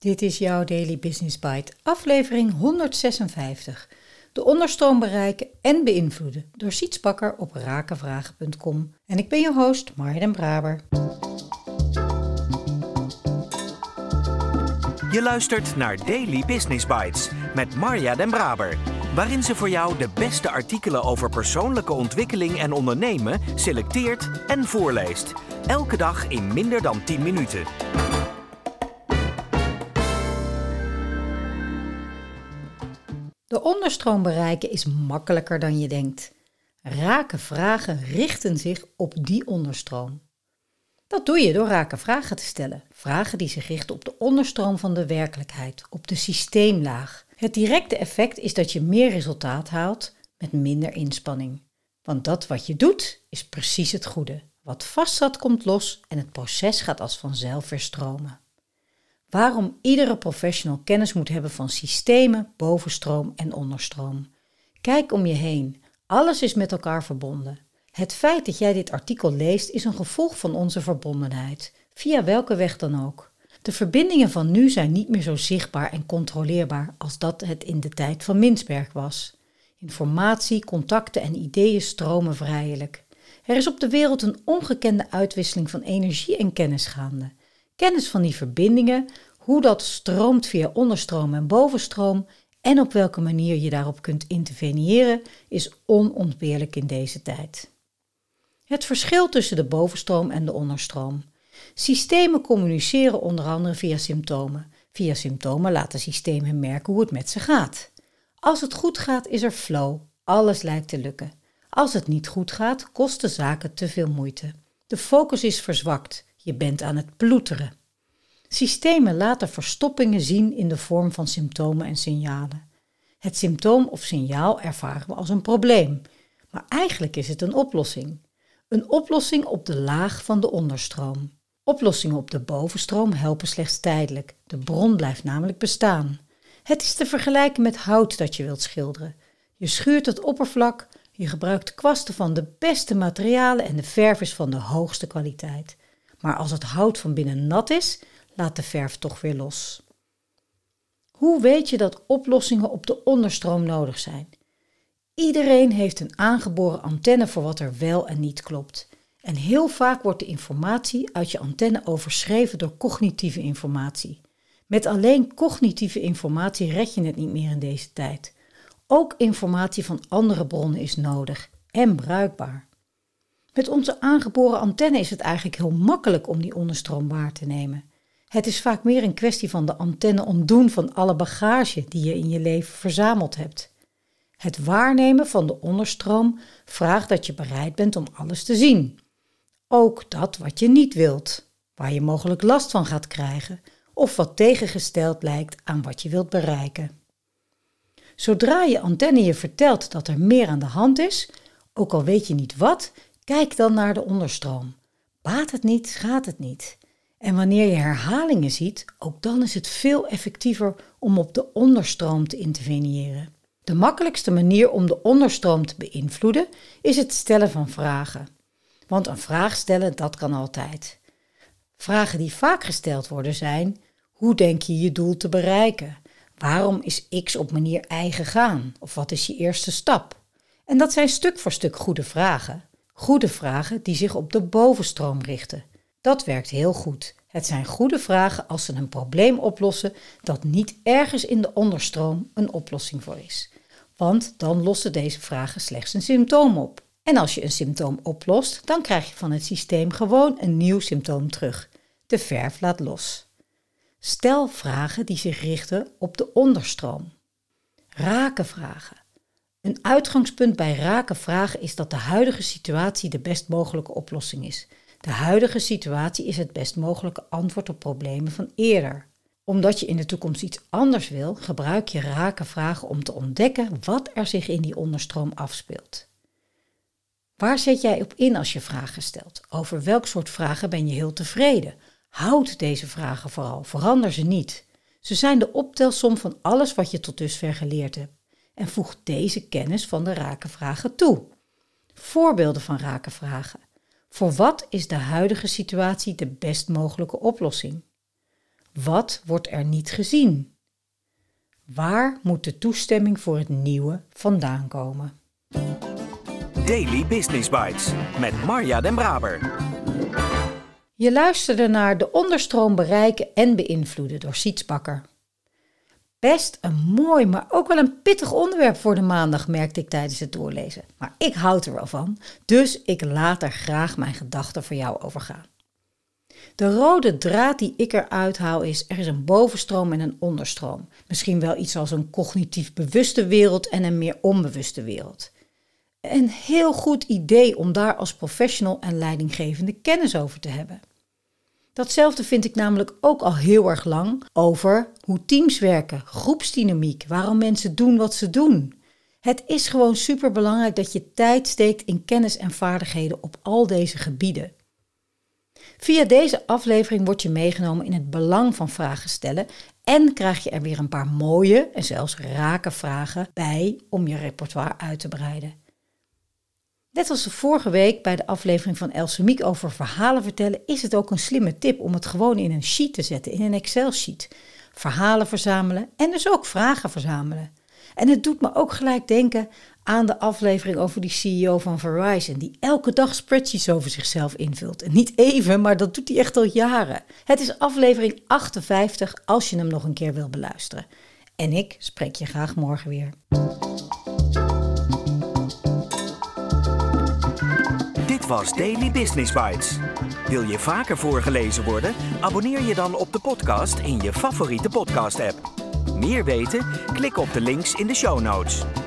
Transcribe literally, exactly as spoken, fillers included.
Dit is jouw Daily Business Bite, aflevering honderdzesenvijftig. De onderstroom bereiken en beïnvloeden door Siets Bakker op rakenvragen punt com. En ik ben je host, Marja den Braber. Je luistert naar Daily Business Bites met Marja den Braber, waarin ze voor jou de beste artikelen over persoonlijke ontwikkeling en ondernemen selecteert en voorleest. Elke dag in minder dan tien minuten. De onderstroom bereiken is makkelijker dan je denkt. Rake vragen richten zich op die onderstroom. Dat doe je door rake vragen te stellen. Vragen die zich richten op de onderstroom van de werkelijkheid, op de systeemlaag. Het directe effect is dat je meer resultaat haalt met minder inspanning. Want dat wat je doet, is precies het goede. Wat vast zat, komt los en het proces gaat als vanzelf weer stromen. Waarom iedere professional kennis moet hebben van systemen, bovenstroom en onderstroom. Kijk om je heen. Alles is met elkaar verbonden. Het feit dat jij dit artikel leest is een gevolg van onze verbondenheid, via welke weg dan ook. De verbindingen van nu zijn niet meer zo zichtbaar en controleerbaar als dat het in de tijd van Mintzberg was. Informatie, contacten en ideeën stromen vrijelijk. Er is op de wereld een ongekende uitwisseling van energie en kennis gaande. Kennis van die verbindingen, hoe dat stroomt via onderstroom en bovenstroom en op welke manier je daarop kunt interveneren, is onontbeerlijk in deze tijd. Het verschil tussen de bovenstroom en de onderstroom. Systemen communiceren onder andere via symptomen. Via symptomen laten systemen merken hoe het met ze gaat. Als het goed gaat, is er flow. Alles lijkt te lukken. Als het niet goed gaat, kosten zaken te veel moeite. De focus is verzwakt. Je bent aan het ploeteren. Systemen laten verstoppingen zien in de vorm van symptomen en signalen. Het symptoom of signaal ervaren we als een probleem, maar eigenlijk is het een oplossing. Een oplossing op de laag van de onderstroom. Oplossingen op de bovenstroom helpen slechts tijdelijk. De bron blijft namelijk bestaan. Het is te vergelijken met hout dat je wilt schilderen. Je schuurt het oppervlak, je gebruikt kwasten van de beste materialen en de verf is van de hoogste kwaliteit. Maar als het hout van binnen nat is, laat de verf toch weer los. Hoe weet je dat oplossingen op de onderstroom nodig zijn? Iedereen heeft een aangeboren antenne voor wat er wel en niet klopt. En heel vaak wordt de informatie uit je antenne overschreven door cognitieve informatie. Met alleen cognitieve informatie red je het niet meer in deze tijd. Ook informatie van andere bronnen is nodig en bruikbaar. Met onze aangeboren antenne is het eigenlijk heel makkelijk om die onderstroom waar te nemen. Het is vaak meer een kwestie van de antenne ontdoen van alle bagage die je in je leven verzameld hebt. Het waarnemen van de onderstroom vraagt dat je bereid bent om alles te zien. Ook dat wat je niet wilt, waar je mogelijk last van gaat krijgen of wat tegengesteld lijkt aan wat je wilt bereiken. Zodra je antenne je vertelt dat er meer aan de hand is, ook al weet je niet wat, kijk dan naar de onderstroom. Baat het niet, schaadt het niet. En wanneer je herhalingen ziet, ook dan is het veel effectiever om op de onderstroom te interveneren. De makkelijkste manier om de onderstroom te beïnvloeden is het stellen van vragen. Want een vraag stellen, dat kan altijd. Vragen die vaak gesteld worden zijn: hoe denk je je doel te bereiken? Waarom is X op manier Y gegaan? Of wat is je eerste stap? En dat zijn stuk voor stuk goede vragen. Goede vragen die zich op de bovenstroom richten. Dat werkt heel goed. Het zijn goede vragen als ze een probleem oplossen dat niet ergens in de onderstroom een oplossing voor is. Want dan lossen deze vragen slechts een symptoom op. En als je een symptoom oplost, dan krijg je van het systeem gewoon een nieuw symptoom terug. De verf laat los. Stel vragen die zich richten op de onderstroom. Rake vragen. Een uitgangspunt bij rake vragen is dat de huidige situatie de best mogelijke oplossing is. De huidige situatie is het best mogelijke antwoord op problemen van eerder. Omdat je in de toekomst iets anders wil, gebruik je rake vragen om te ontdekken wat er zich in die onderstroom afspeelt. Waar zet jij op in als je vragen stelt? Over welk soort vragen ben je heel tevreden? Houd deze vragen vooral, verander ze niet. Ze zijn de optelsom van alles wat je tot dusver geleerd hebt. En voeg deze kennis van de rake vragen toe. Voorbeelden van rake vragen. Voor wat is de huidige situatie de best mogelijke oplossing? Wat wordt er niet gezien? Waar moet de toestemming voor het nieuwe vandaan komen? Daily Business Bites met Marja Den Braber. Je luisterde naar De onderstroom bereiken en beïnvloeden door Siets Bakker. Best een mooi, maar ook wel een pittig onderwerp voor de maandag, merkte ik tijdens het doorlezen. Maar ik houd er wel van, dus ik laat er graag mijn gedachten voor jou over gaan. De rode draad die ik eruit haal is, er is een bovenstroom en een onderstroom. Misschien wel iets als een cognitief bewuste wereld en een meer onbewuste wereld. Een heel goed idee om daar als professional en leidinggevende kennis over te hebben. Datzelfde vind ik namelijk ook al heel erg lang over hoe teams werken, groepsdynamiek, waarom mensen doen wat ze doen. Het is gewoon superbelangrijk dat je tijd steekt in kennis en vaardigheden op al deze gebieden. Via deze aflevering word je meegenomen in het belang van vragen stellen en krijg je er weer een paar mooie en zelfs rake vragen bij om je repertoire uit te breiden. Net als de vorige week bij de aflevering van Else Miek over verhalen vertellen, is het ook een slimme tip om het gewoon in een sheet te zetten, in een Excel-sheet. Verhalen verzamelen en dus ook vragen verzamelen. En het doet me ook gelijk denken aan de aflevering over die C E O van Verizon, die elke dag spreadsheets over zichzelf invult. En niet even, maar dat doet hij echt al jaren. Het is aflevering achtenvijftig als je hem nog een keer wil beluisteren. En ik spreek je graag morgen weer. Dit was Daily Business Bites. Wil je vaker voorgelezen worden? Abonneer je dan op de podcast in je favoriete podcast-app. Meer weten? Klik op de links in de show notes.